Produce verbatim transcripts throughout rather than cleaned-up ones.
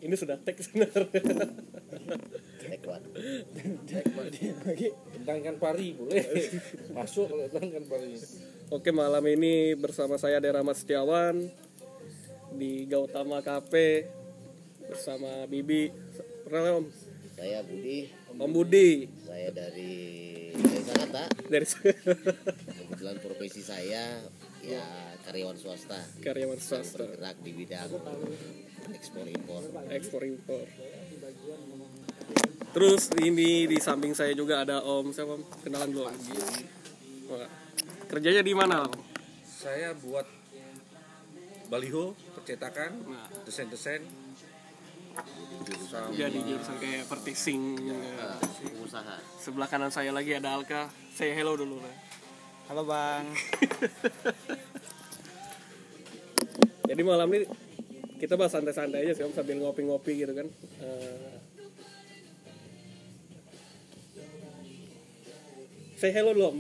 Ini sudah tag sebenarnya. Take one. Tentang ikan pari boleh. Masuk kalau tentang ikan pari. Oke, malam ini bersama saya Derahmat Setiawan di Gautama Cafe bersama Bibi. Perkenalkan Om. Saya Budi. Om Budi. Saya dari dari Jakarta. Dari Kebetulan profesi saya ya karyawan swasta. karyawan Yang swasta. bergerak di bidang ekspor impor. Ekspor impor. Terus ini di samping saya juga ada Om siapa Om? Kenalan dulu Om. Wah, kerjanya di mana Om? Saya buat baliho, percetakan, Nah, desain-desain. Sama jadi jurusan kayak purchasing. Eh, pengusaha. Sebelah kanan saya lagi ada Alka. Saya hello dulu lah. Halo Bang. Jadi malam ini kita bahas santai-santai aja sih Om sambil ngopi-ngopi gitu kan. Uh, say hello dulu Om.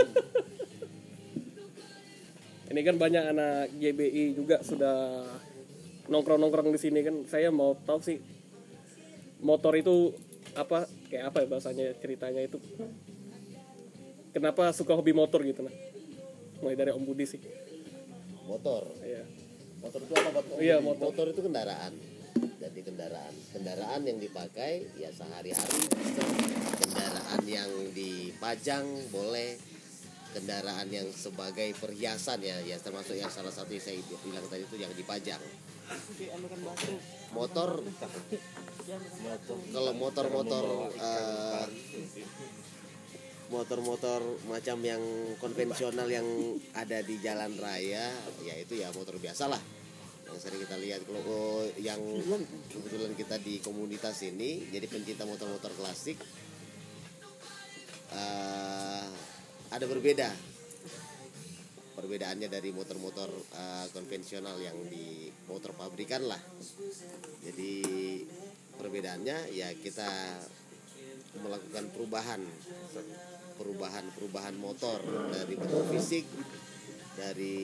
Ini kan banyak anak J B I juga sudah nongkrong-nongkrong di sini kan. Saya mau tahu sih motor itu apa, kayak apa ya bahasanya, ceritanya itu. Kenapa suka hobi motor gitu nah? Mulai dari Om Budi sih. Motor. Iya. Motor itu apa? Motor, Iya, motor. motor itu kendaraan. Jadi kendaraan, kendaraan yang dipakai ya sehari-hari. Kendaraan yang dipajang boleh. Kendaraan yang sebagai perhiasan ya, ya termasuk yang salah satu yang saya bilang tadi itu yang dipajang. Motor, kalau motor-motor uh, motor-motor macam yang konvensional yang ada di jalan raya, ya itu ya motor biasa lah yang sering kita lihat. Kalau yang kebetulan kita di komunitas ini jadi pencinta motor-motor klasik, uh, ada berbeda perbedaannya dari motor-motor uh, konvensional yang di motor pabrikan lah. Jadi perbedaannya ya kita melakukan perubahan perubahan perubahan motor dari bentuk fisik, dari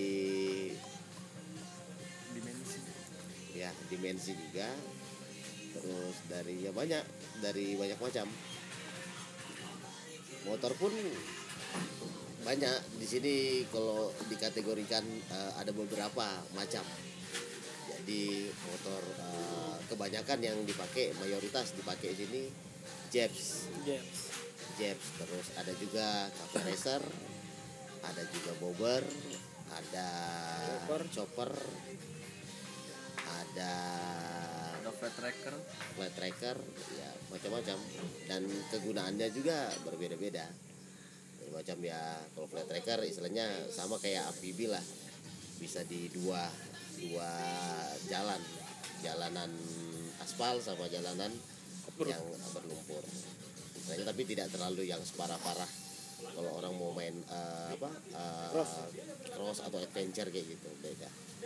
Dimensi. ya dimensi juga, terus dari ya banyak dari banyak macam motor pun banyak di sini. Kalau dikategorikan uh, ada beberapa macam. Jadi motor uh, kebanyakan yang dipakai, mayoritas dipakai di sini Jeeps. Yes. Jeeps, terus ada juga cafe racer, ada juga bobber, ada Chopper. chopper, ada Ada flat tracker. flat tracker, ya macam-macam, dan kegunaannya juga berbeda-beda. Jadi macam ya kalau flat tracker istilahnya sama kayak amfibi lah, bisa di dua dua jalan, jalanan aspal sama jalanan yang berlumpur. Istilahnya tapi tidak terlalu yang separah-parah kalau orang mau main uh, apa uh, Cross. cross atau adventure kayak gitu, beda.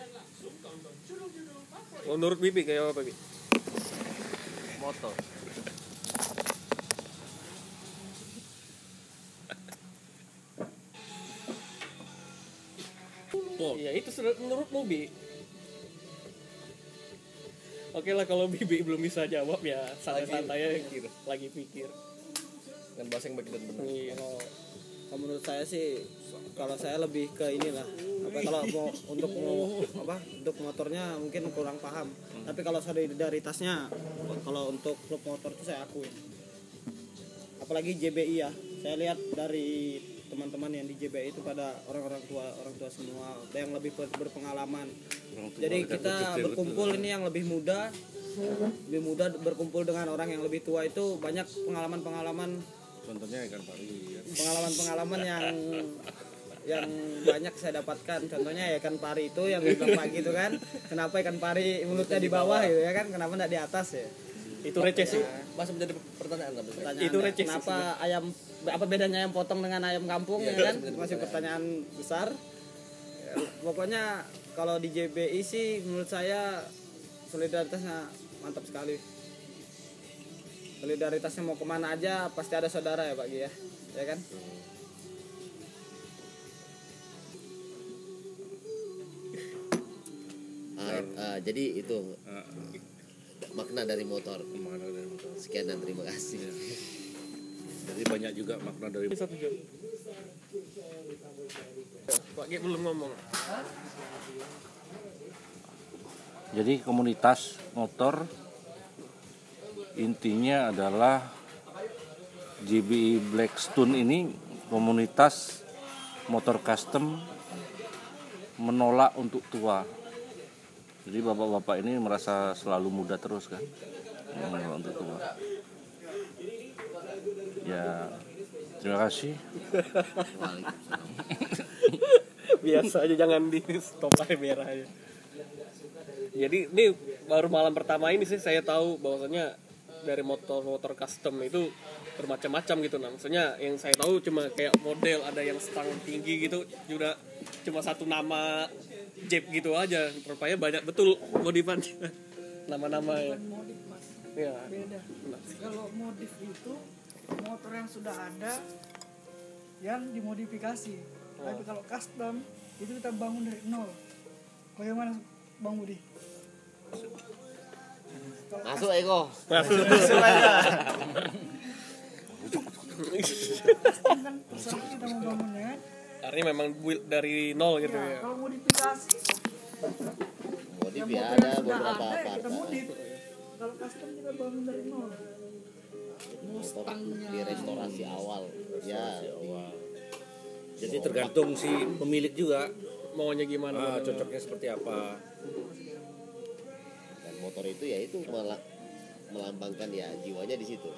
Menurut Bibi kayak apa Bibi? Motor. Iya itu sudah menurut Bibi. Oke lah kalau Bibi belum bisa jawab ya santai-santai aja gitu. Lagi pikir. dengan bahasa yang baik dan benar. Iya. Kalau kalau menurut saya sih, kalau saya lebih ke inilah apa kalau mau untuk mau apa untuk motornya mungkin kurang paham. Hmm. Tapi kalau solidaritasnya, kalau untuk klub motor itu saya akuin. Apalagi J B I ya, saya lihat dari teman-teman yang di J B I itu pada orang-orang tua orang tua semua yang lebih berpengalaman. Jadi kita berkumpul ini yang lebih muda, lebih muda berkumpul dengan orang yang lebih tua itu banyak pengalaman-pengalaman. Contohnya ikan pari. Ya. Pengalaman-pengalaman yang yang banyak saya dapatkan. Contohnya ya ikan pari itu yang bilang pagi itu kan, kenapa ikan pari mulutnya di bawah gitu ya kan, kenapa enggak di atas ya? Itu receh sih. Masih menjadi pertanyaan sampai sekarang. Pertanyaan Itu receh sih, kenapa ayam apa bedanya ayam potong dengan ayam kampung Ya, ya kan? itu Masih pertanyaan besar. Ya, pokoknya kalau di J B I sih menurut saya solidaritasnya mantap sekali. Solidaritasnya mau kemana aja pasti ada saudara ya Pak Gi ya, ya kan? Ah, ah, jadi itu makna dari motor. Makna dari motor. Sekian dan terima kasih. Ya. Jadi banyak juga makna dari Ini satu jam. Pak G belum ngomong. Jadi komunitas motor intinya adalah J B I Blackstone ini komunitas motor custom menolak untuk tua. Jadi bapak-bapak ini merasa selalu muda terus kan, menolak untuk tua. Ya, terima kasih. Waalaikumsalam. Biasa aja, jangan di stop aja biar aja. Jadi ini baru malam pertama ini sih saya tahu bahwasanya dari motor-motor custom itu bermacam-macam gitu. Nah, maksudnya yang saya tahu cuma kayak model, ada yang stang tinggi gitu, juga cuma satu nama Jeep gitu aja. Rupanya banyak betul modifannya. Nama-nama ya. Bukan modif mas, Ya. beda. Kalau modif itu motor yang sudah ada yang dimodifikasi. Tapi kalau custom itu kita bangun dari nol. Bagaimana Bang Budi? Masuk Eko. Custom kan terserah kita mau bangunnya kan. Artinya memang build dari nol gitu Ya, ya. kalau modifikasi Modif yang ya motor ada yang sudah beberapa ada ya part. kita modif. Kalau custom kita bangun dari nol. Motor di restorasi awal. Ya, di, Jadi tergantung si pemilik juga, Maunya gimana? ah, cocoknya seperti apa. dan motor itu ya itu malah melambangkan ya jiwanya di situ.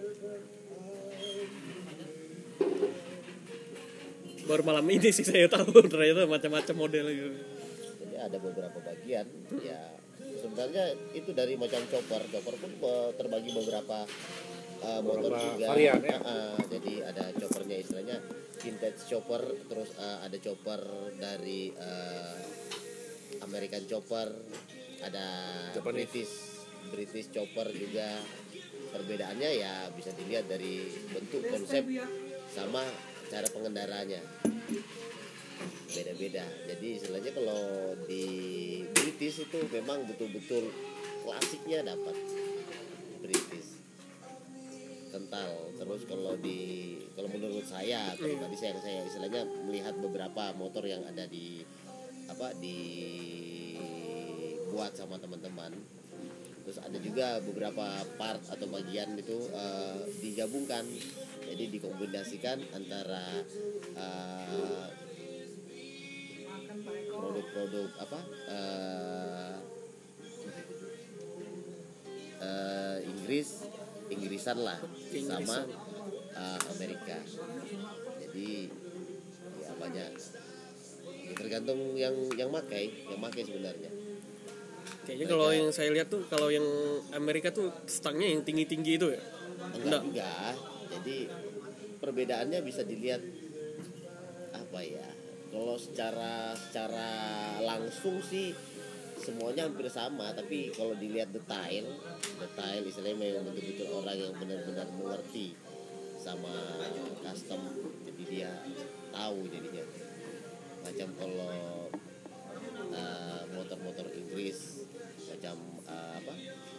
Baru malam ini sih saya tahu ternyata macam-macam model gitu. Jadi ada beberapa bagian ya sebenarnya itu dari macam chopper. Chopper pun be- terbagi beberapa uh, motor Beberapa juga. varian, ya? Uh, uh, jadi ada choppernya istilahnya vintage chopper, terus uh, ada chopper dari uh, American chopper, ada Japanese. British British chopper juga. Perbedaannya ya bisa dilihat dari bentuk konsep sama cara pengendaranya beda-beda. Jadi istilahnya kalau di British itu memang betul-betul klasiknya dapat British kental. Terus kalau di kalau menurut saya pribadi saya saya istilahnya melihat beberapa motor yang ada di apa dibuat sama teman-teman. Terus ada juga beberapa part atau bagian itu uh, digabungkan, jadi dikombinasikan antara uh, produk-produk apa uh, uh, Inggris Inggrisan lah sama uh, Amerika. Jadi ya banyak ya, tergantung yang yang makai yang makai sebenarnya. Kayaknya kalau yang saya lihat tuh kalau yang Amerika tuh stangnya yang tinggi-tinggi itu ya. Enggak juga. Jadi perbedaannya bisa dilihat apa ya? Kalau secara secara langsung sih semuanya hampir sama, tapi kalau dilihat detail, detail istilahnya memang betul-betul orang yang benar-benar mengerti sama custom, jadi dia tahu jadinya. Macam kalau uh, motor-motor Inggris macam uh, apa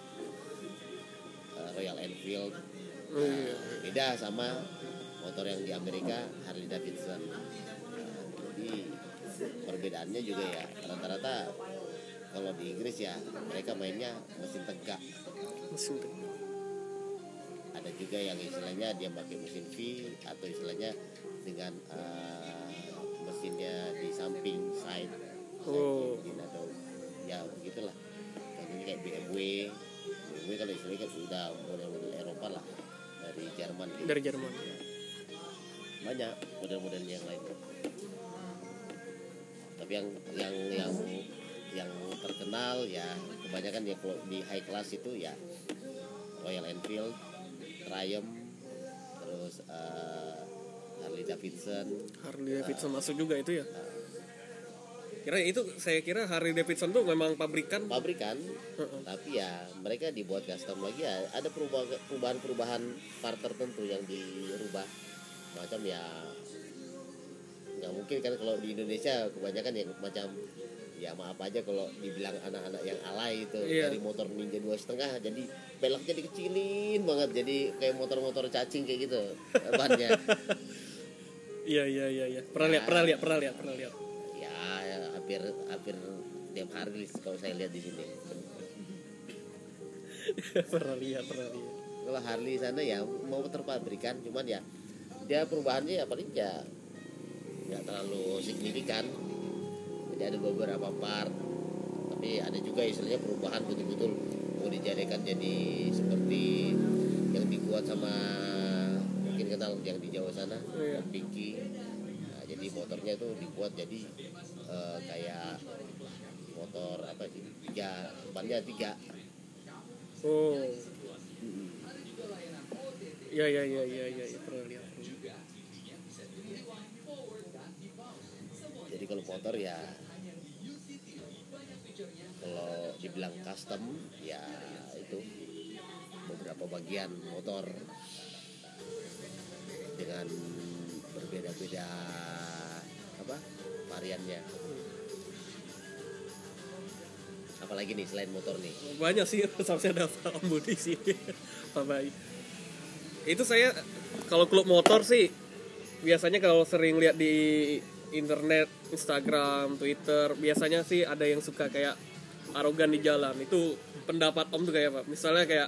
uh, Royal Enfield uh, beda sama motor yang di Amerika Harley Davidson. Uh, jadi perbedaannya juga ya rata-rata kalau di Inggris ya mereka mainnya mesin tegak. Ada juga yang istilahnya dia pakai mesin V atau istilahnya dengan uh, mesinnya di samping side, Oh. side engine atau ya begitulah. Contohnya kayak B M W. B M W kalau istilahnya kan sudah model-model Eropa lah dari Jerman gitu. Dari Jerman. Banyak model-model yang lain. Tapi yang yang yang yang terkenal ya kebanyakan ya kalau di high class itu ya Royal Enfield, Triumph, terus uh, Harley Davidson. Harley Davidson masuk juga itu ya. Kira itu saya kira Harley Davidson tuh memang pabrikan. Pabrikan, tapi ya mereka dibuat custom lagi ya ada perubahan perubahan-perubahan part tertentu yang dirubah macam ya nggak mungkin kan kalau di Indonesia kebanyakan yang macam ya maaf aja kalau dibilang anak-anak yang alay itu Iya. dari motor Ninja dua setengah jadi peleknya dikecilin banget jadi kayak motor-motor cacing kayak gitu bannya. Iya iya iya iya. Pernah lihat, pernah lihat, pernah lihat, pernah lihat. Ya hampir hampir tiap hari kalau saya lihat di sini. Pernah lihat, pernah lihat. Kalau Harley sana ya mau motor pabrikan, cuman ya dia perubahannya ya paling ya nggak terlalu signifikan. Jadi ada beberapa part, tapi ada juga istilahnya perubahan betul-betul mau dijadikan jadi seperti yang dibuat sama mungkin kenal yang di Jawa sana, Iya. Pinky. Nah, jadi motornya itu dibuat jadi eh, kayak motor apa sih? Tiga, bannya tiga. Oh. Iya iya iya iya iya ya, pernah lihat. Jadi kalau motor ya kalau dibilang custom ya itu beberapa bagian motor dengan berbeda-beda apa variannya. Apalagi nih selain motor nih. Banyak sih, sampai ada Pak Budi sini. Pak Bayi. Itu saya kalau klub motor sih biasanya kalau sering lihat di internet, Instagram, Twitter, biasanya sih ada yang suka kayak arogan di jalan. Itu pendapat Om tuh kayak apa? Misalnya kayak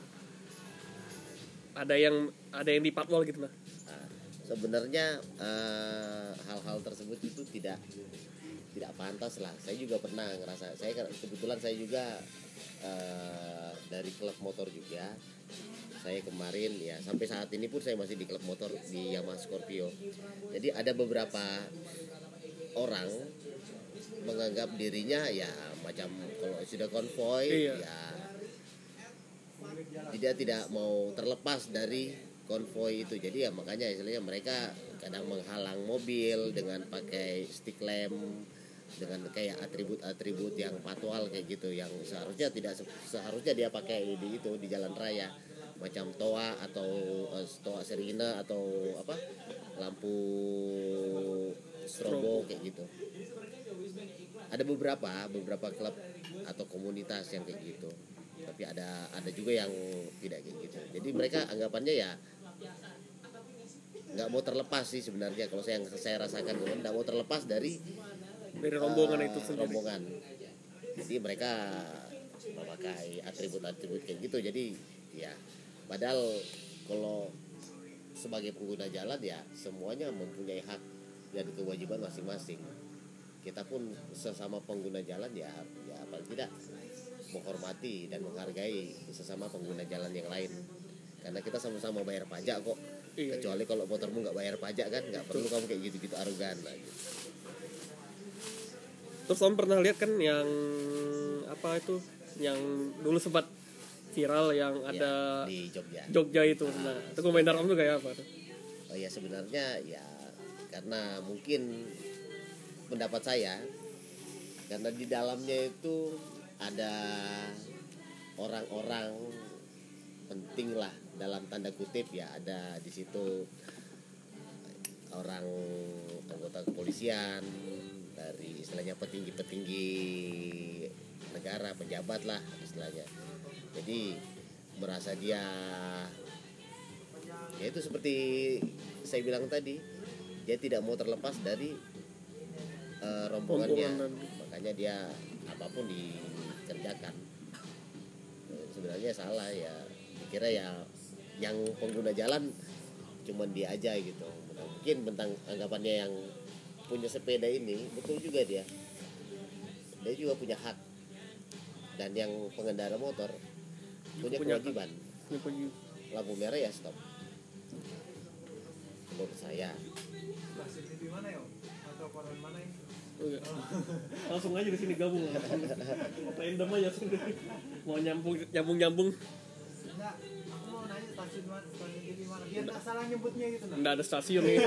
ada yang ada yang di patwal gitu nah. Nah, sebenarnya eh, hal-hal tersebut itu tidak tidak pantas lah. Saya juga pernah ngerasa. Saya kebetulan saya juga eh, dari klub motor juga. Saya kemarin ya sampai saat ini pun saya masih di klub motor di Yamaha Scorpio. Jadi ada beberapa orang menganggap dirinya ya macam kalau sudah konvoy Iya. ya tidak tidak mau terlepas dari konvoy itu. Jadi ya makanya istilahnya mereka kadang menghalang mobil dengan pakai stick lamp dengan kayak atribut-atribut yang patwal kayak gitu yang seharusnya tidak seharusnya dia pakai di itu di jalan raya macam toa atau uh, toa sirine atau apa lampu strobo kayak gitu. Ada beberapa beberapa klub atau komunitas yang kayak gitu. Tapi ada ada juga yang tidak kayak gitu. Jadi mereka anggapannya ya nggak mau terlepas sih sebenarnya kalau saya yang saya rasakan nggak mau terlepas dari Dari rombongan uh, itu sendiri. rombongan. Jadi mereka memakai atribut-atribut kayak gitu. Jadi ya padahal kalau sebagai pengguna jalan ya semuanya mempunyai hak dan kewajiban masing-masing. Kita pun sesama pengguna jalan ya ya paling tidak menghormati dan menghargai sesama pengguna jalan yang lain. Karena kita sama-sama bayar pajak kok. Iya, Kecuali kalau motormu nggak bayar pajak kan nggak perlu kamu kayak gitu-gitu arogan lah gitu. Terus Om pernah lihat kan yang apa itu yang dulu sempat viral yang ada Ya, di Jogja. Jogja itu. Nah, itu komentar Om tuh kayak apa tuh? Oh ya sebenarnya ya karena mungkin pendapat saya karena di dalamnya itu ada orang-orang penting lah dalam tanda kutip ya ada di situ orang anggota kepolisian dari istilahnya petinggi-petinggi negara pejabat lah istilahnya. Jadi merasa dia ya itu seperti saya bilang tadi dia tidak mau terlepas dari uh, rombongannya. Rombongan. Makanya dia apapun dikerjakan. Sebenarnya salah ya dikira ya yang pengguna jalan cuman dia aja gitu. Mungkin tentang anggapannya yang punya sepeda ini betul juga dia dia juga punya hak dan yang pengendara motor punya, Punya kewajiban. Ini punya- Lampu merah ya stop. Menurut saya. Masih di mana ya? Atau koran mana ya? Oh, iya. Langsung aja di sini gabung. Random aja sini. Mau nyambung nyambung nyambung. Enggak, aku mau nanya stasiun mana, stasiun di mana? Biar nggak salah nyebutnya gitu nah. Nggak ada stasiun nih.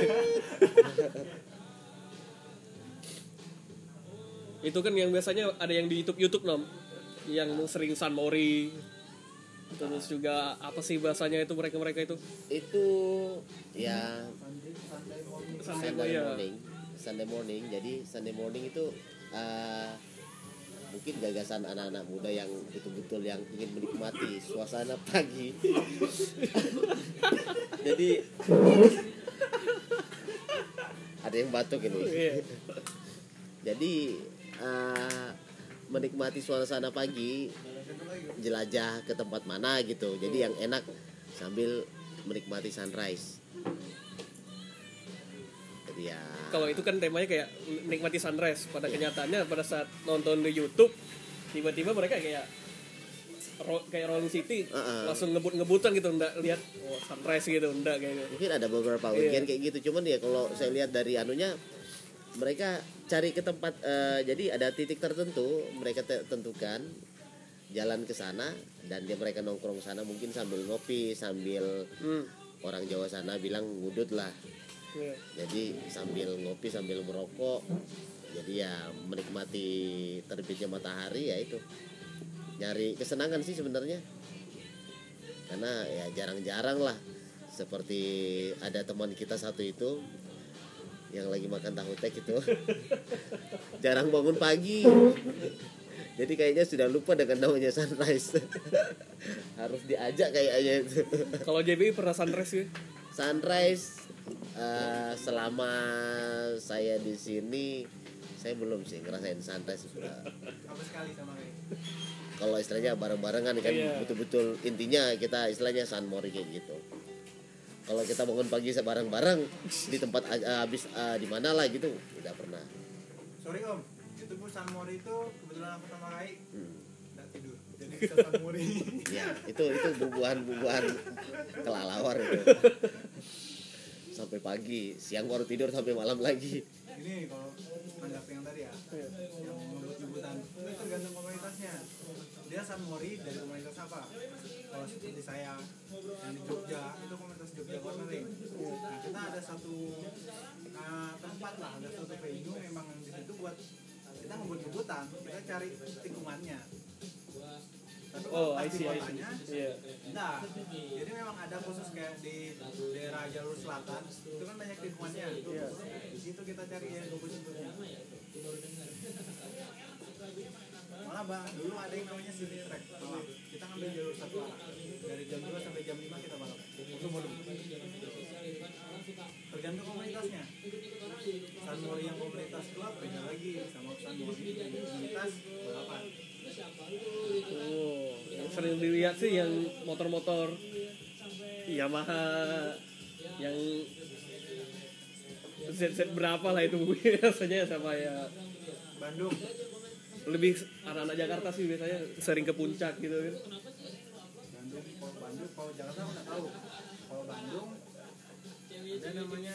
Itu kan yang biasanya ada yang di YouTube YouTube nom, yang sering San Mori. Terus juga apa sih bahasanya itu mereka mereka itu? Itu ya Sunday Sunday ya. morning. Sunday morning. Jadi Sunday morning itu uh, mungkin gagasan anak-anak muda yang betul-betul yang ingin menikmati suasana pagi. Jadi ada yang batuk ini. Jadi uh, menikmati suasana pagi, jelajah ke tempat mana gitu. Jadi yang enak sambil menikmati sunrise. Jadi ya. Kalau itu kan temanya kayak menikmati sunrise. Pada yeah. kenyataannya pada saat nonton di YouTube, tiba-tiba mereka kayak ro- kayak Rolling City uh-uh. langsung ngebut-ngebutan gitu, enggak lihat oh, sunrise gitu, enggak kayak gitu. Mungkin ada beberapa weekend yeah. kayak gitu, cuman ya kalau saya lihat dari anunya, mereka cari ke tempat uh, jadi ada titik tertentu mereka te- tentukan jalan ke sana dan dia mereka nongkrong sana mungkin sambil ngopi sambil hmm. orang Jawa sana bilang ngudut lah. Yeah. Jadi sambil ngopi sambil merokok, jadi ya menikmati terbitnya matahari, ya itu nyari kesenangan sih sebenarnya. Karena ya jarang-jarang lah seperti ada teman kita satu itu yang lagi makan tahu tek itu jarang bangun pagi. Jadi kayaknya sudah lupa dengan namanya sunrise. Harus diajak kayaknya itu. Kalau J B I pernah sunrise ya? Sunrise uh, selama saya di sini saya belum sih ngerasain sunrise. Apa sekali sama kayak. Kalau istilahnya bareng-barengan kan yeah. betul-betul intinya kita istilahnya sunmori kayak gitu. Kalau kita bangun pagi bareng-bareng di tempat uh, habis uh, di mana lah gitu udah pernah. Sorry Om, itu Bu sunmori itu kebetulan aku sama Rai hmm. nggak tidur. Jadi bisa sunmori. Ya, itu itu bubuhan-bubuhan kelalawar itu. Sampai pagi, siang baru tidur sampai malam lagi. Ini kalau menanggapi yang tadi ya, yang ngebut-ngebutan itu tergantung komunitasnya. Dia sunmori dari komunitas apa? Kalau seperti saya yang di Jogja, itu komunitas Jogja Cornering. Nah, kita ada satu uh, tempat lah, ada satu venue memang di situ buat kita ngebut-ngebutan, kita cari tikungannya. Tapi oh, pas I see, di I kotanya, yeah. nah, jadi memang ada khusus kayak di daerah jalur selatan, itu kan banyak tikungannya. Yeah. Di situ kita cari yang ngebut-ngebutnya. Malah bang, dulu ada yang namanya city track malam. Kita ngambil jalur satu arah dari jam dua sampai jam lima kita balap. Tergantung komunitasnya. Sunmori yang komunitas klub beda lagi sama Sunmori komunitas balapan. Oh, yang sering dilihat sih yang motor-motor Yamaha yang Z Z berapa lah itu biasanya sama ya Bandung. Lebih anak-anak Jakarta sih biasanya sering ke puncak gitu kan. Bandung, kalau Bandung, kalau Jakarta aku nggak tahu. Kalau Bandung ada namanya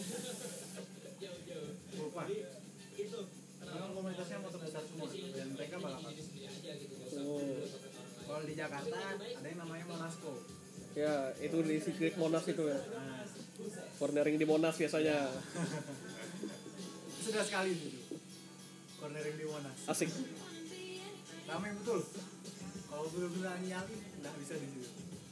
lupa. Memang komunitasnya motor besar semua dan mereka balapan. Oh. Kalau di Jakarta ada yang namanya Monasco. Ya, itu di sirkuit Monas itu ya. Nah, cornering di Monas biasanya. Sudah sekali itu. Cornering di Monas. Asik. Ramai betul. Kalau benar-benar nyali, nggak bisa di situ.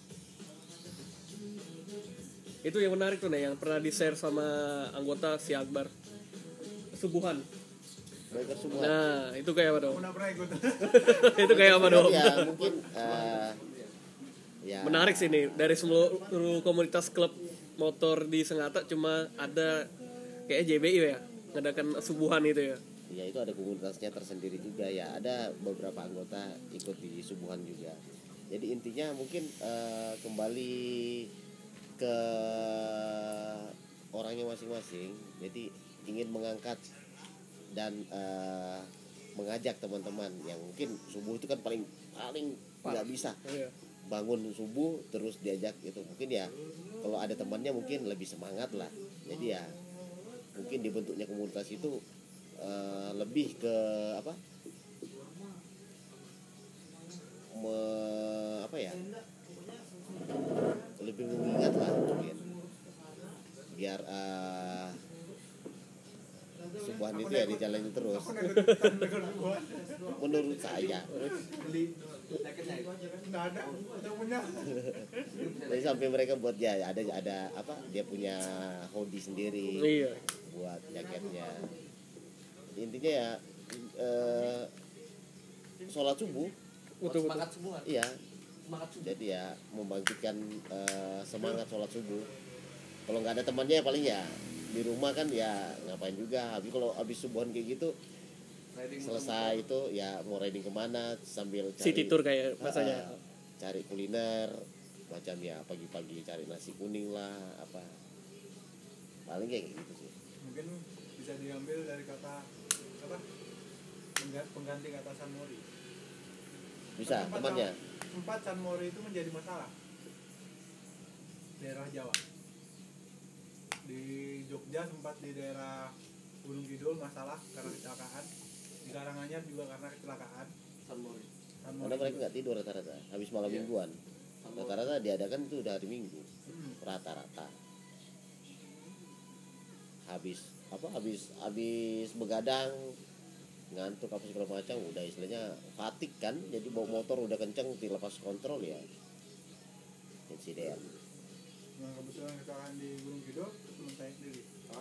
Itu yang menarik tuh nih, yang pernah di-share sama anggota si Akbar. Subuhan. Biker semua. Nah, itu kayak apa dong? Pernah pernah ikut. Itu kayak apa dong? Ya mungkin uh, ya. Menarik sih nih, dari seluruh komunitas klub motor di Sengatta cuma ada kayak J B I ya, ngadakan subuhan itu ya. Ya itu ada komunitasnya tersendiri juga ya, ada beberapa anggota ikut di subuhan juga. Jadi intinya mungkin uh, kembali ke orangnya masing-masing. Jadi ingin mengangkat dan uh, mengajak teman-teman yang mungkin subuh itu kan paling paling nggak bisa bangun subuh terus diajak itu, mungkin ya kalau ada temannya mungkin lebih semangat lah. Jadi ya mungkin dibentuknya komunitas itu uh, lebih ke apa me, apa ya lebih mengingat lah mungkin biar uh, subuhan itu ya dijalani terus. Menurut saya jadi sampai mereka buat ya ada ada apa dia punya hoodie sendiri. Iya. Buat jaketnya. Intinya ya eh, sholat subuh. Betul, Semangat semua. Iya, Semangat subuh. jadi ya membangkitkan eh, semangat sholat subuh. Kalau nggak ada temannya ya paling ya di rumah kan ya ngapain juga. Habis kalau habis subuhan kayak gitu Riding selesai itu ya mau riding kemana sambil cari city tour kayak bahasanya. Ah, cari kuliner macam ya pagi-pagi cari nasi kuning lah apa paling kayak gitu sih. Mungkin bisa diambil dari kata apa pengga- pengganti kata San Mori. Bisa Tempat temannya San- tempat San Mori itu menjadi masalah daerah Jawa. Di Jogja sempat di daerah Gunung Kidul masalah karena kecelakaan. Di Karanganyar juga karena kecelakaan. San Mori. San karena Mori mereka juga. nggak tidur rata-rata habis malam Iya. mingguan. San Mori. Rata-rata diadakan itu udah hari Minggu Hmm. rata-rata habis apa habis habis begadang ngantuk apa segala macam udah istilahnya fatik kan jadi bawa motor udah kenceng dilepas kontrol ya insiden. Nah, kebetulan kecelakaan di Gunung Kidul teman saya sendiri.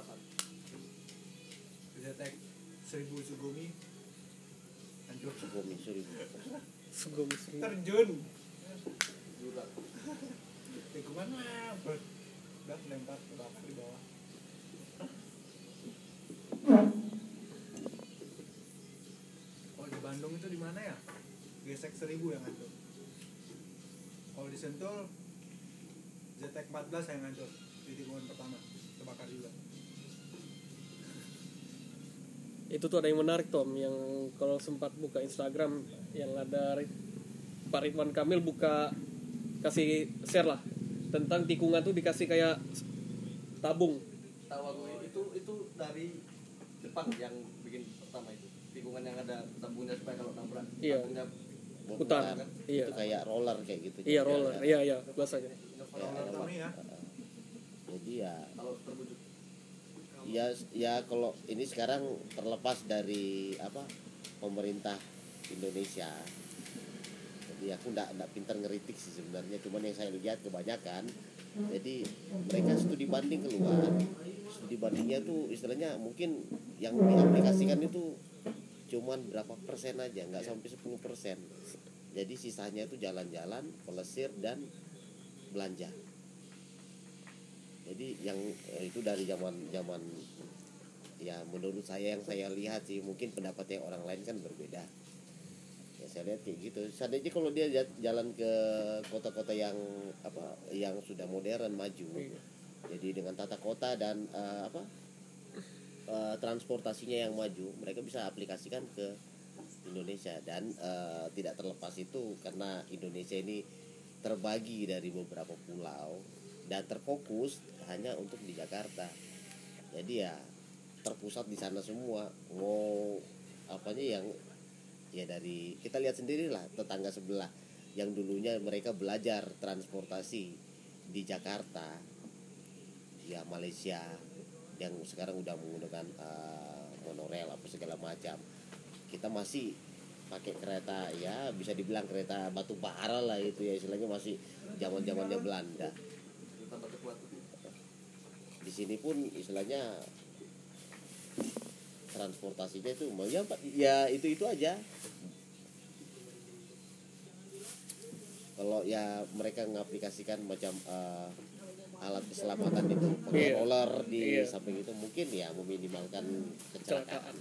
Detek seribu Sugumi hancur Sugumi seribu Sugum sih. terjun Jurang. tikungan lah ber udah lempar ke belakang di bawah. Oh di Bandung itu di mana ya? Gesek seribu yang hancur. Kalau di Sentul Z X empat belas yang hancur di tikungan pertama terbakar juga. Itu tuh ada yang menarik Tom, yang kalau sempat buka Instagram yang ada Rid- Pak Ridwan Kamil buka kasih share lah tentang tikungan tuh dikasih kayak tabung. Tahu aku itu itu dari Jepang yang bikin pertama itu. Tikungan yang ada tabungnya supaya kalau nabrak Iya. tabungnya Putar. Bukan. Iya. Itu kayak roller kayak gitu. Iya juga. roller, iya iya bahasanya. Roller Tommy ya. Jadi ya kalau terwujud. ya ya kalau ini sekarang terlepas dari apa pemerintah Indonesia. Jadi aku ndak ndak pintar ngeritik sih sebenarnya, cuman yang saya lihat kebanyakan jadi mereka studi banding keluar. Studi bandingnya tuh istilahnya mungkin yang diaplikasikan itu cuman berapa persen aja, nggak sampai sepuluh persen. Jadi sisanya itu jalan-jalan, pelesir dan belanja. Jadi yang eh, itu dari zaman zaman ya menurut saya yang saya lihat sih, mungkin pendapatnya orang lain kan berbeda. Ya saya lihat kayak gitu. Seandainya kalau dia jat- jalan ke kota-kota yang apa yang sudah modern maju. Iya. Jadi dengan tata kota dan eh, apa eh, transportasinya yang maju, mereka bisa aplikasikan ke Indonesia. Dan eh, tidak terlepas itu karena Indonesia ini terbagi dari beberapa pulau dan terfokus hanya untuk di Jakarta. Jadi ya terpusat di sana semua. Mau apanya yang ya dari kita lihat sendirilah tetangga sebelah yang dulunya mereka belajar transportasi di Jakarta, ya Malaysia yang sekarang udah menggunakan uh, monorail apa segala macam. Kita masih pakai kereta, ya bisa dibilang kereta batu bara lah itu ya, istilahnya masih zaman-zamannya Belanda. Kita baca kuat. Di sini pun istilahnya transportasinya itu ya, ya itu itu aja. Kalau ya mereka mengaplikasikan macam uh, alat keselamatan itu pakai Iya. roller di Iya. samping itu, mungkin ya meminimalkan kecelakaan.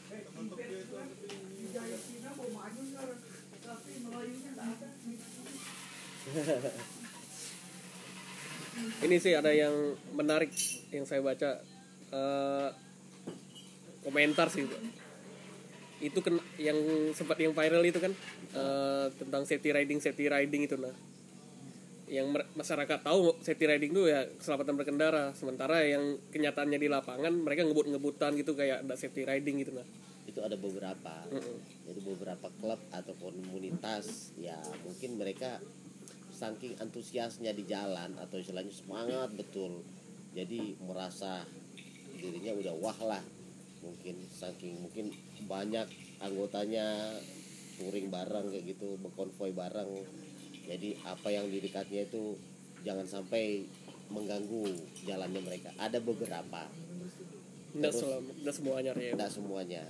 Ini sih ada yang menarik yang saya baca eh, komentar sih itu kan yang sempat yang viral itu kan eh, tentang safety riding safety riding itu, nah yang mer- masyarakat tahu safety riding itu ya keselamatan berkendara, sementara yang kenyataannya di lapangan mereka ngebut-ngebutan gitu kayak ada safety riding gitu. Nah Itu ada beberapa. Mm-mm. Jadi beberapa klub atau komunitas ya mungkin mereka saking antusiasnya di jalan atau istilahnya semangat betul, jadi merasa dirinya udah wah lah, mungkin saking mungkin banyak anggotanya touring bareng kayak gitu, berkonvoy bareng, jadi apa yang di dekatnya itu jangan sampai mengganggu jalannya mereka. Ada beberapa, nggak Terus- selam- nggak semuanya ya. tidak semuanya.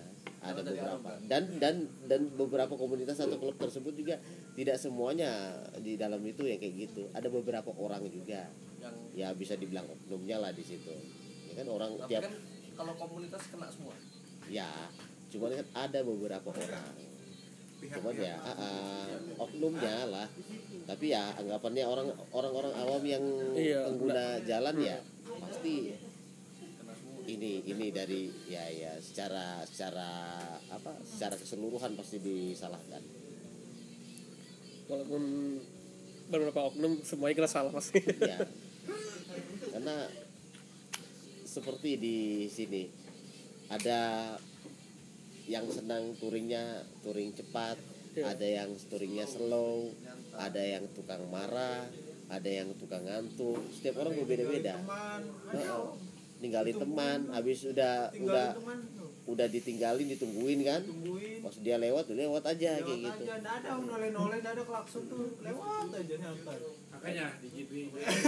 ada beberapa dan dan dan beberapa komunitas atau klub tersebut juga tidak semuanya di dalam itu yang kayak gitu, ada beberapa orang juga Yang ya bisa dibilang oknumnya lah di situ ya kan, orang tapi tiap kan kalau komunitas kena semua. ya cuman kan ada beberapa orang cuman ya ah, ah, oknumnya lah, tapi ya anggapannya orang orang-orang awam yang Iya, pengguna jalan ya pasti ini ini dari ya ya secara secara apa secara keseluruhan pasti disalahkan. Walaupun beberapa oknum semuanya kena salah pasti. Ya karena seperti di sini ada yang senang touringnya touring cepat, Ya. ada yang touringnya slow, ada yang tukang marah, ada yang tukang ngantuk, setiap orang berbeda-beda. Teman, Heeh. Ninggalin teman, habis udah udah tinggalin teman tuh, udah ditinggalin ditungguin kan, tungguin. pas dia lewat udah lewat aja kayak Lewat gitu. aja, nggak ada noleh-noleh, nggak ada klakson tuh, lewat aja nyantai. Makanya di G P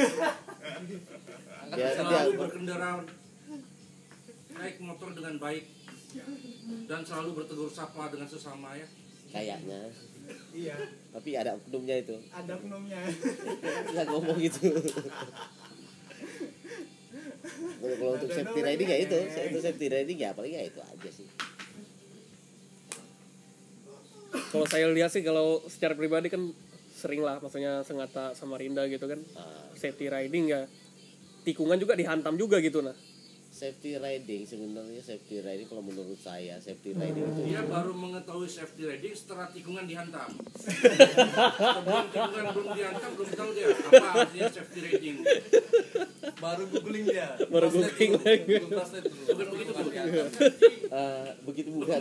Ya, selalu dia- berkendara naik motor dengan baik dan selalu bertegur sapa dengan sesama ya. Kayaknya, Iya, tapi ada oknumnya itu ada oknumnya. nggak ngomong gitu. Kalau kalau untuk safety riding ya itu, itu safety riding ya paling ya itu aja sih. Kalau saya lihat sih kalau secara pribadi kan sering lah maksudnya Sengatta Samarinda gitu kan, Ah, safety riding ya tikungan juga dihantam juga gitu nah. safety riding sebenarnya safety riding kalau menurut saya safety riding itu Dia baru mengetahui safety riding setelah tikungan dihantam. Sebelum tikungan belum dihantam belum tahu dia apa artinya safety riding. Baru googling dia. Baru googling lagi. Belum translate dulu. Bukan begitu tuh. eh, begitu bukan.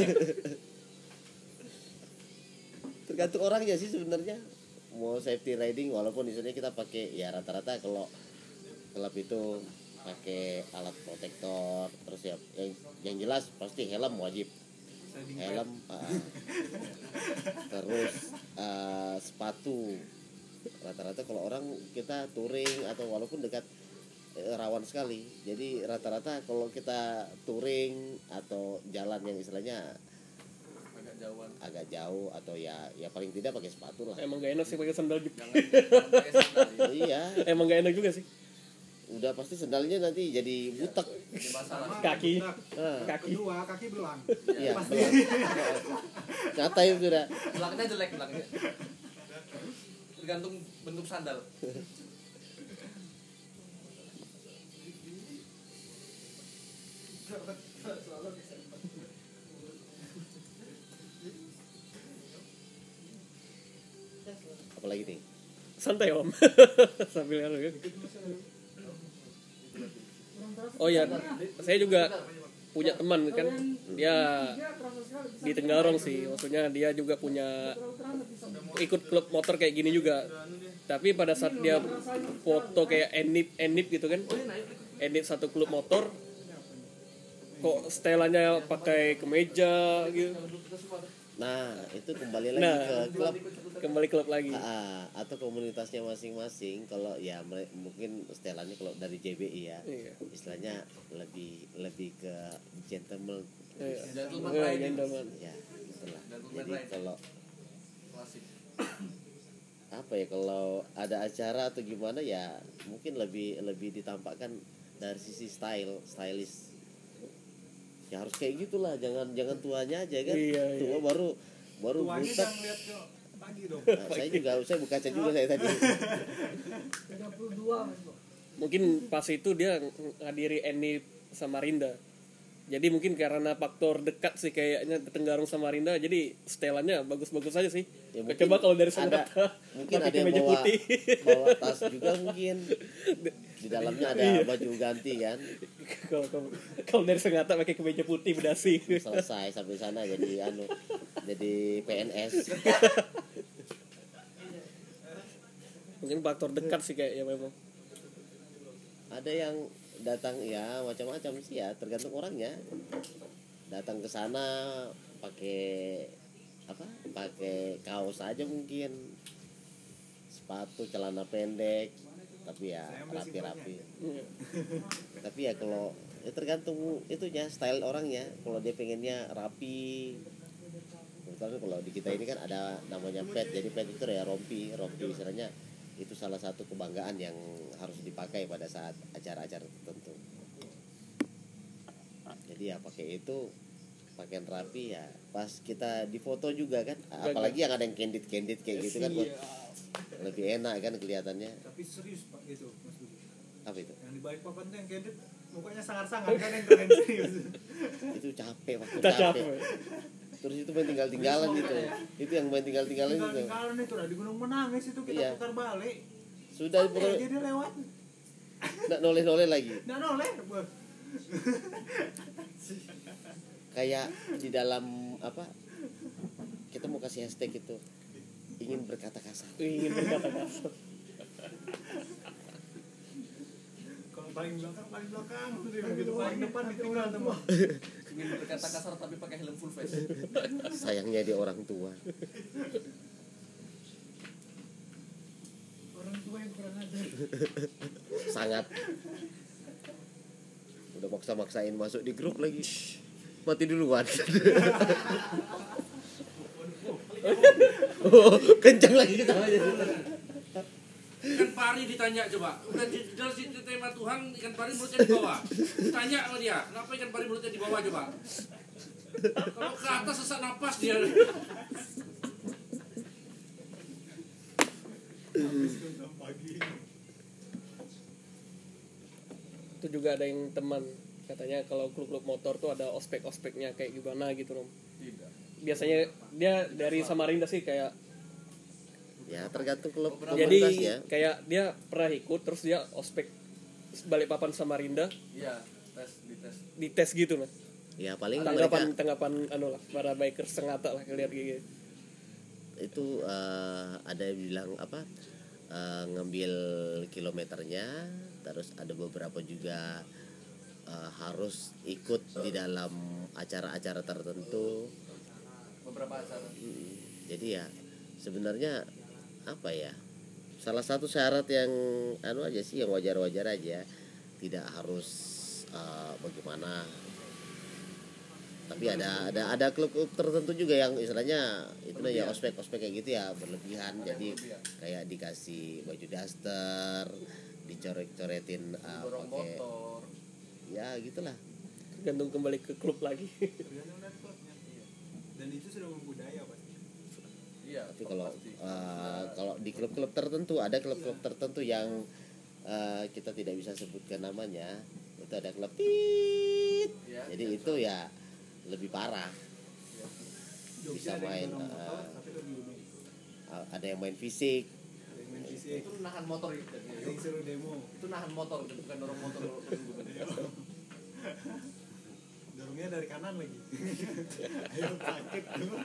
Tergantung orangnya sih sebenarnya mau safety riding, walaupun misalnya kita pakai ya rata-rata kalau klub itu pakai alat protektor, terus ya yang, yang jelas pasti helm wajib, helm uh, terus uh, sepatu. Rata-rata kalau orang kita touring atau walaupun dekat eh, rawan sekali, jadi rata-rata kalau kita touring atau jalan yang istilahnya Agak jauhan. agak jauh atau ya ya paling tidak pakai sepatu lah. Emang gak enak sih pakai sandal gitu. Jangan pakai sandal. Iya, Emang gak enak juga sih. udah pasti sendalnya nanti jadi butek. Ini masalah. Kaki. Nah, Kaki. Kedua, kaki belang. iya, belang. Nyata itu sudah. Belakangnya jelek belakangnya. Tergantung bentuk sandal. Apalagi nih? Santai om. Sambil anu kan. Oh ya, saya juga punya teman kan, dia di Tenggarong sih, maksudnya dia juga punya ikut klub motor kayak gini juga. Tapi pada saat dia foto kayak enip enip gitu kan, enip satu klub motor, kok setelannya pakai kemeja gitu. Nah, itu kembali lagi Nah, ke klub kembali klub lagi. ah, atau komunitasnya masing-masing. Kalau ya mere- mungkin setelannya kalau dari J B I ya, Iya. istilahnya lebih lebih ke gentleman. Iya. Gentleman Iya, riding. gentleman. Ya, itulah. Gentleman Jadi riding. kalau Klasik. apa ya kalau ada acara atau gimana ya mungkin lebih lebih ditampakkan dari sisi style stylish ya harus kayak gitulah, jangan jangan tuanya aja kan. Iya, iya. Tua baru baru Tuanya butek. jangan lihat ke pagi dong. Nah, saya juga saya berkaca juga saya tadi. tiga puluh dua Mas Bo. Mungkin pas itu dia ngadiri Eni Samarinda. Jadi mungkin karena faktor dekat sih kayaknya Tenggarong Samarinda, jadi setelannya bagus-bagus aja sih. Ya, mungkin Coba kalau dari ada Sengatta mungkin pakai ada yang kemeja bawa putih. bawa tas juga mungkin di dalamnya ada Iya. baju ganti kan. Kalau kalau- kalau dari Sengatta pakai kemeja putih berdasi. Selesai sampai sana jadi anu jadi P N S. Mungkin faktor dekat sih kayaknya memang. Ada yang datang ya macam-macam sih ya, tergantung orangnya. Datang ke sana pakai apa? Pakai kaos aja mungkin. Sepatu, celana pendek, tapi ya rapi-rapi. Iya. Tapi ya kalau Ya tergantung itunya, style orangnya. Kalau dia pengennya rapi, terutama kalau di kita ini kan ada namanya pet. Jadi pet itu ya rompi, rompi istilahnya itu salah satu kebanggaan yang harus dipakai pada saat acara-acara tertentu. Jadi ya pakai itu, pakaian rapi ya. Pas kita di foto juga kan, apalagi yang ada yang candid-candid kayak gitu kan, buat lebih enak kan kelihatannya. Tapi serius Pak gitu Mas Budi. Apa itu? Yang di balik papan tuh yang candid mukanya sangar-sangar kan yang keren serius. Itu capek waktu Udah capek. capek. Terus itu main tinggal-tinggalan gitu. Itu yang main tinggal-tinggalan itu. Tinggal-tinggalan itu lah di Gunung Menangis itu kita Iya. putar balik. Sudah Santai pokoknya aja dia lewat. nggak noleh-noleh lagi. Nggak noleh. Bang. Kayak di dalam apa? Kita mau kasih hashtag itu ingin berkata kasar. Ingin berkata kasar. Kalau paling belakang paling belakang gitu, paling depan ditinggal semua. Ingin berkata kasar tapi pakai helm full face. Sayangnya dia orang tua. Orang tua yang kurang ajar. Sangat. Udah maksa-maksain masuk di grup lagi. Mati duluan. Oh, kencang lagi ketawanya. Ikan pari ditanya coba, udah di dalam situ tema Tuhan, ikan pari mulutnya di bawah. Tanya sama dia, kenapa ikan pari mulutnya di bawah coba? Kalau ke atas sesak napas dia. Itu juga ada yang teman katanya kalau klub-klub motor tuh ada ospek-ospeknya kayak gimana gitu Rom. Tidak. Biasanya dia dari Samarinda sih kayak Ya tergantung klub jadi komunitasnya. kayak dia pernah ikut terus dia ospek Balikpapan Samarinda Iya, tes di tes. di tes gitu nah. Ya paling Tanggapan mereka tanggapan anu lah para bikers sengata lah lihat gitu. itu eh, ada yang bilang apa eh, ngambil kilometernya, terus ada beberapa juga eh, harus ikut di dalam acara-acara tertentu. Beberapa acara. Mm, jadi ya sebenarnya apa ya, salah satu syarat yang anu aja sih, yang wajar-wajar aja, tidak harus eh, bagaimana. Tapi ada ada ada klub-klub tertentu juga yang istilahnya itu ya ospek ospek kayak gitu ya berlebihan. Jadi kayak dikasih baju daster, dicoret-coretin uh, Dorong pakai motor. ya gitulah. Tergantung kembali ke klub lagi. Tergantung dari klubnya. Dan itu sudah membudaya pasti. Iya. Tapi kalau pasti. uh, kalau di klub-klub tertentu, ada klub-klub tertentu yang uh, kita tidak bisa sebutkan namanya. Itu ada klub tit. Ya, Jadi ya, itu ya lebih parah. Jogja Bisa ada yang main, dorong motor, uh, tapi lebih unik. Uh, ada yang main fisik. Ada yang main fisik, Itu nahan motor itu. ada yang seru demo. Itu nahan motor, bukan dorong motor. Dorongnya dari kanan lagi. Ayo sakit tuh.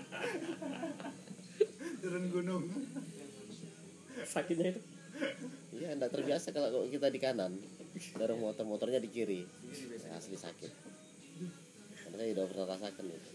Turun gunung. Sakitnya itu. Iya, enggak terbiasa kalau kita di kanan. Dorong motor-motornya di kiri. Asli sakit. Karena saya udah pernah rasakan itu.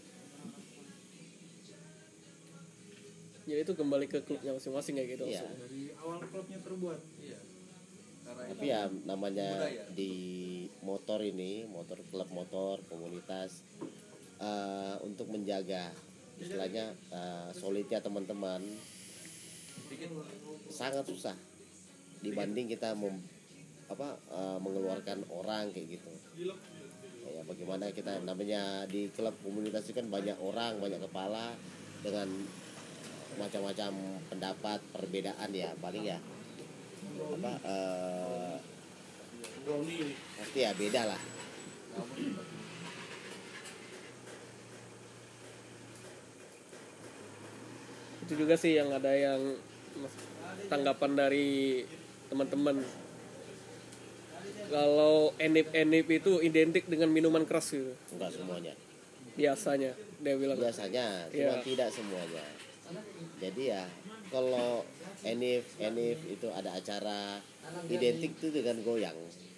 Jadi itu kembali ke klubnya masing-masing kayak gitu. Iya. langsung. Dari awal klubnya terbuat. Iya. Karena Tapi ya namanya budaya. di motor ini, motor klub motor, komunitas uh, untuk menjaga istilahnya uh, solidnya teman-teman bikin sangat susah dibanding kita mem, apa uh, mengeluarkan orang kayak gitu. Ya bagaimana kita namanya di klub komunitas itu kan banyak orang, banyak kepala dengan macam-macam pendapat, perbedaan ya paling ya apa uh, pasti ya beda lah. Itu juga sih yang ada yang tanggapan dari teman-teman. Kalau enip-enip itu identik dengan minuman keras gitu. Enggak semuanya. Biasanya dia bilang. Biasanya, cuma Iya. tidak semuanya. Jadi ya kalau enif enif itu ada acara identik itu dengan goyang.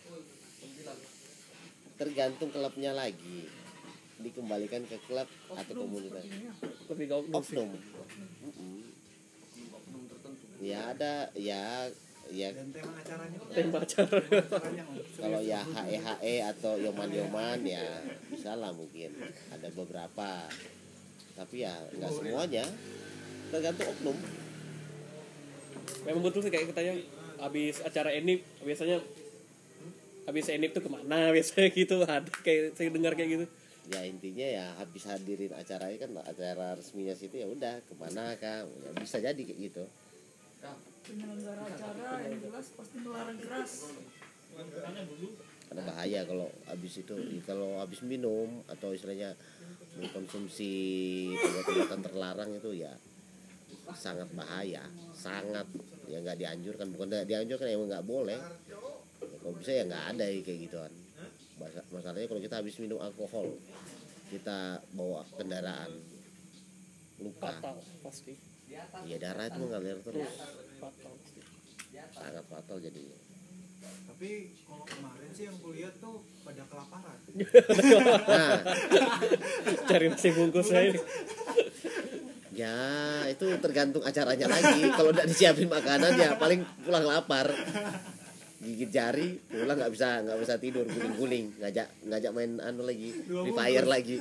Tergantung klubnya lagi. Dikembalikan ke klub atau komunitas. Lebih gaul sih. Oknum. Mm-mm. Ya ada ya ya Dan tema acaranya Om. Tema acara. Acaranya Om. kalau ya H E H E atau Yoman-Yoman ya bisa lah mungkin ada beberapa, tapi ya nggak semuanya, tergantung oknum. Memang betul sih kayak katanya habis acara Enip biasanya habis Enip tuh kemana biasanya gitu, ada kayak saya dengar kayak gitu. Ya intinya ya habis hadirin acaranya kan acara resminya situ, ya udah kemana kak, ya, bisa jadi kayak gitu. Penyelenggara acara yang jelas pasti melarang keras. Karena bahaya kalau habis itu, kalau habis minum atau istilahnya mengkonsumsi obat-obatan terlarang itu ya sangat bahaya, sangat ya nggak dianjurkan, bukan nggak dianjurkan, emang nggak boleh. Ya, kalau bisa ya nggak ada ya kayak gituan. Mas- Masalahnya kalau kita habis minum alkohol, kita bawa kendaraan, luka, Fatal pasti. ya darah itu mengalir terus, Fatal pasti. sangat fatal jadinya. Tapi kalau kemarin sih yang kulihat tuh pada kelaparan. Nah, Cari nasi bungkus saya ini. ya itu tergantung acaranya lagi. Kalau udah disiapin makanan ya paling pulang lapar, gigit jari, pulang nggak bisa nggak bisa tidur, guling-guling, ngajak ngajak main anu lagi, Free Fire lagi.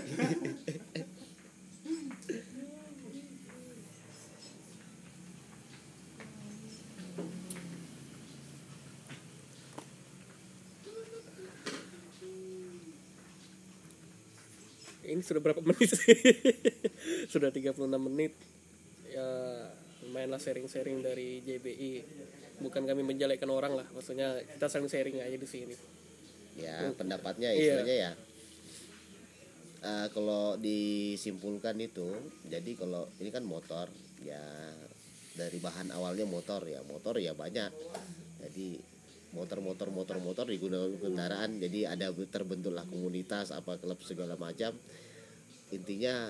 Ini sudah berapa menit sih? Sudah tiga puluh enam menit. Ya lumayan lah sharing-sharing dari J B I. Bukan kami menjelekkan orang lah, maksudnya kita saling sharing aja di sini. Ya pendapatnya Iya. istilahnya ya. Eh, kalau disimpulkan itu, jadi kalau ini kan motor ya, dari bahan awalnya motor ya, motor ya banyak. Jadi motor-motor motor-motor digunakan kendaraan, jadi ada terbentuklah komunitas apa klub segala macam. Intinya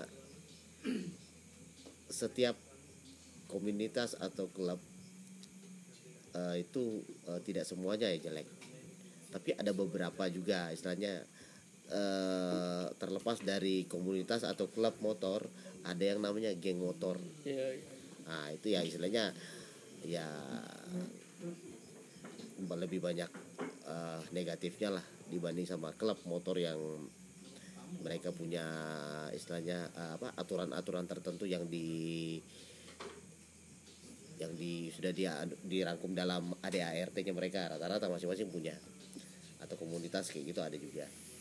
setiap komunitas atau klub eh, itu eh, tidak semuanya ya jelek, tapi ada beberapa juga istilahnya eh, terlepas dari komunitas atau klub motor, ada yang namanya geng motor. Iya, iya. Nah itu ya istilahnya ya lebih banyak eh, negatifnya lah dibanding sama klub motor yang mereka punya istilahnya eh, apa aturan-aturan tertentu yang di yang di sudah dia dirangkum dalam A D A R T-nya mereka, rata-rata masing-masing punya, atau komunitas kayak gitu ada juga.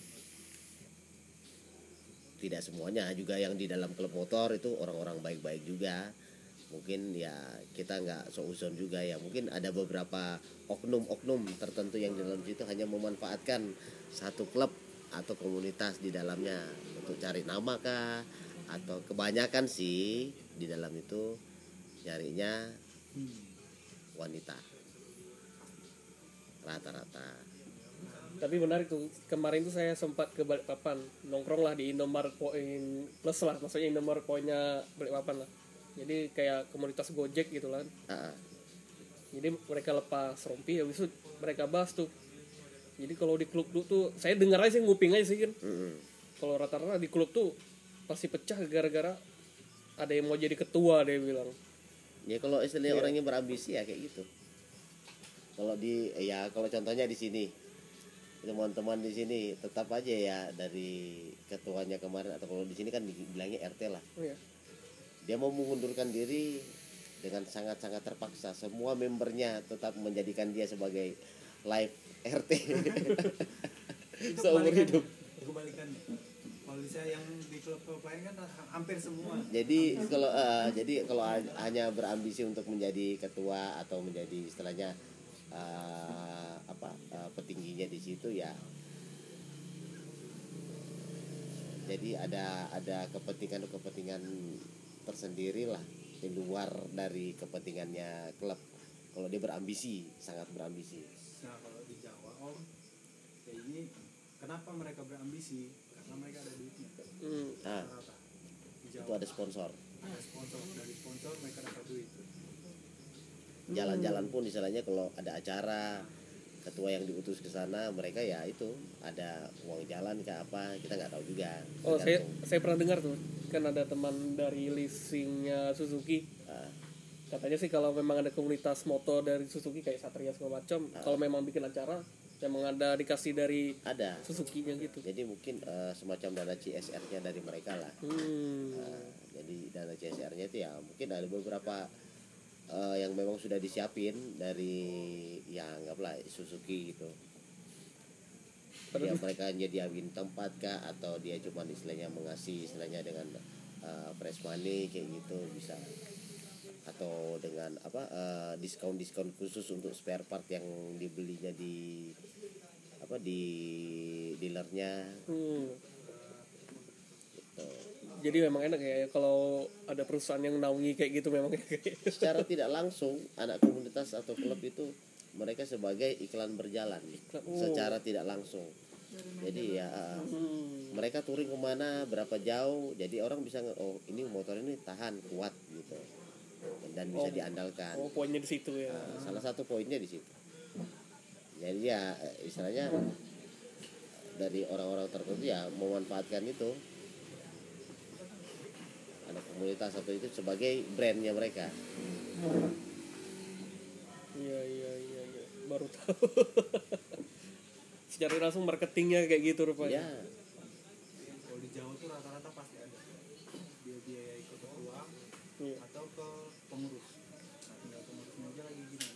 Tidak semuanya juga yang di dalam klub motor itu orang-orang baik-baik juga. Mungkin ya kita nggak seuzon juga ya, mungkin ada beberapa oknum-oknum tertentu yang di dalam situ hanya memanfaatkan satu klub atau komunitas di dalamnya untuk cari nama kah, atau kebanyakan sih di dalam itu nyarinya wanita rata-rata. Tapi menarik tuh, kemarin tuh saya sempat ke Balikpapan, nongkrong lah di Indomaret Point Plus lah, maksudnya Indomaret Point-nya Balikpapan lah. Jadi kayak komunitas Gojek gitu lah. Ah, Jadi mereka lepas rompi, habis itu mereka bahas tuh. Jadi kalau di klub tuh, saya dengar aja sih, nguping aja sih kan. mm-mm. Kalau rata-rata di klub tuh pasti pecah gara-gara ada yang mau jadi ketua, dia bilang. Ya kalau istilahnya Iya. orangnya berambisi ya kayak gitu. Kalau di ya kalau contohnya di sini, teman-teman di sini tetap aja ya dari ketuanya kemarin, atau kalau di sini kan dibilangnya R T lah. Oh ya. Dia mau mengundurkan diri dengan sangat-sangat terpaksa. Semua membernya tetap menjadikan dia sebagai live R T seumur hidup. Kebalikannya. Kalau saya yang di klub-klub lain kan hampir semua. Jadi kalau eh, jadi kalau ha- hanya berambisi untuk menjadi ketua atau menjadi istilahnya eh, apa eh, petingginya di situ ya. Jadi ada ada kepentingan-kepentingan tersendiri lah di luar dari kepentingannya klub. Kalau dia berambisi, sangat berambisi. Nah kalau di Jawa Om, ya ini kenapa mereka berambisi? Karena mereka ada duitnya. Hmm. Nah, Rata. Di itu Jawa ada sponsor. ada sponsor, dari sponsor mereka dapat duit. Jalan-jalan pun istilahnya kalau ada acara, ketua yang diutus ke sana, mereka ya itu ada uang jalan ke apa, kita nggak tahu juga. Oh, saya Tergantung. saya pernah dengar tuh, kan ada teman dari leasingnya Suzuki. Ah, Katanya sih kalau memang ada komunitas moto dari Suzuki kayak Satria segala macam, Ah. kalau memang bikin acara memang ada dikasih dari ada. Suzuki-nya gitu. Jadi mungkin eh, semacam dana C S R-nya dari mereka lah. Hmm. Nah, jadi dana C S R-nya itu ya mungkin ada beberapa eh, yang memang sudah disiapin dari yang apalah Suzuki gitu. Dia mereka nyediain tempat kah atau dia cuma istilahnya mengasih istilahnya dengan uh, fresh money kayak gitu bisa, atau dengan apa uh, diskon-diskon khusus untuk spare part yang dibelinya di apa di dealernya Hmm. gitu. Jadi memang enak ya kalau ada perusahaan yang naungi kayak gitu memang kayak Secara tidak langsung anak komunitas atau klub itu mereka sebagai iklan berjalan Oh. secara tidak langsung. Jadi ya hmm. mereka touring kemana berapa jauh, jadi orang bisa nge- oh ini motor ini tahan kuat gitu dan bisa Oh. diandalkan. Oh, poinnya di situ ya. Nah, salah satu poinnya di situ. Jadi ya eh, istilahnya dari orang-orang tertentu ya memanfaatkan itu anak komunitas atau itu sebagai brandnya mereka. Iya iya iya iya. Baru tahu. Secara langsung marketingnya kayak gitu rupanya. Ya Kalau di Jawa tuh rata-rata pasti ada dia biaya ikut ketua Iya. atau ke pengurus. Nah, tinggal pengurusnya aja lagi gimana.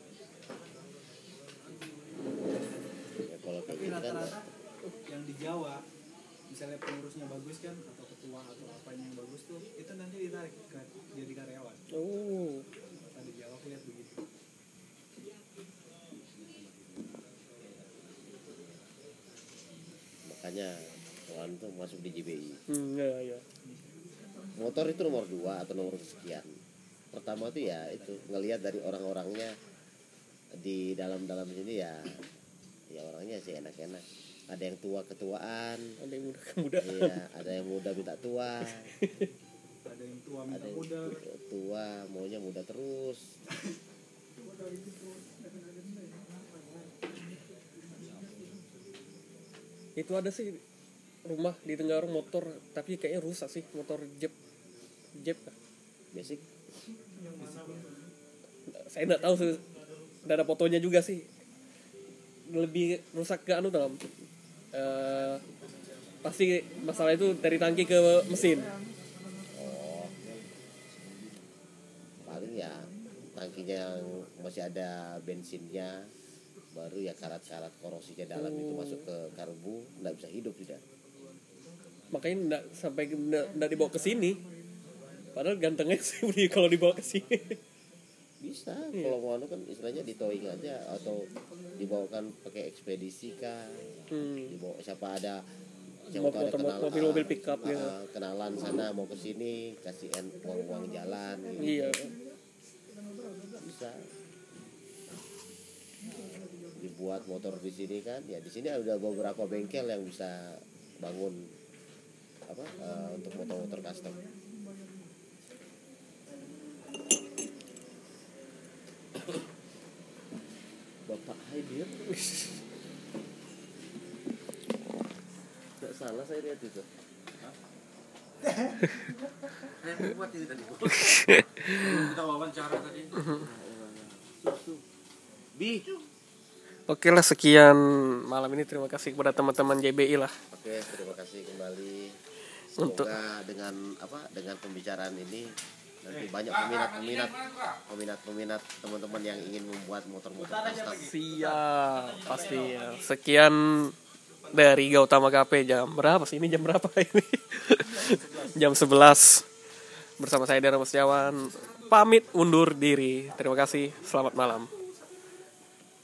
ya kalau kayak Tapi gitu kan rata-rata yang di Jawa misalnya pengurusnya bagus kan atau ketua atau apanya yang bagus tuh itu nanti ditarik ke jadi karyawan. Oh. Rata di Jawa aku lihat begitu. makanya kawan tuh masuk di J B I. Hmm, iya iya. Motor itu nomor dua atau nomor sekian. Pertama tuh ya itu ngelihat dari orang-orangnya di dalam-dalam sini ya ya orangnya sih enak-enak. Ada yang tua ketuaan, Ada yang muda muda. iya, ada yang muda minta tua, Ada yang tua minta ada yang muda. tua maunya muda terus. Itu ada sih rumah di Tenggarong motor tapi kayaknya rusak sih, motor Jeep. Jeep kah? Basic Saya enggak tahu sih. Nggak ada fotonya juga sih. Lebih rusak ke anu dalam. Eh pasti masalah itu dari tangki ke mesin. oh paling ya tangkinya yang masih ada bensinnya, baru ya karat-karat korosinya dalam itu masuk ke karbu, nggak bisa hidup sudah. Makanya enggak sampai enggak, enggak dibawa ke sini. Padahal gantengnya sih kalau dibawa ke sini. Bisa kalau mau anu kan istilahnya di towing aja atau dibawakan pakai ekspedisi kah, Hmm. dibawa siapa ada Mo- siapa ada motor- kenal mobil-mobil ah, pickup ah, gitu. ah, kenalan sana mau ke sini kasih en- uang-uang jalan gitu. Iya. Bisa dibuat motor di sini kan ya, di sini ada beberapa bengkel yang bisa bangun apa eh, untuk motor-motor custom. Bapak Haidir nggak salah saya lihat itu. Saya buat ini tadi. Kita wawancara tadi. Bi Oke lah, sekian malam ini, terima kasih kepada teman-teman J B I lah. Oke, terima kasih kembali. Semoga Untuk- dengan apa dengan pembicaraan ini nanti banyak peminat-peminat peminat-peminat teman-teman yang ingin membuat motor-motor custom. Siap, pasti ya. Sekian dari Gautama Cafe. Jam berapa sih ini? Jam berapa ini? Jam sebelas. Bersama saya Dara Musyawan. Pamit undur diri. Terima kasih. Selamat malam.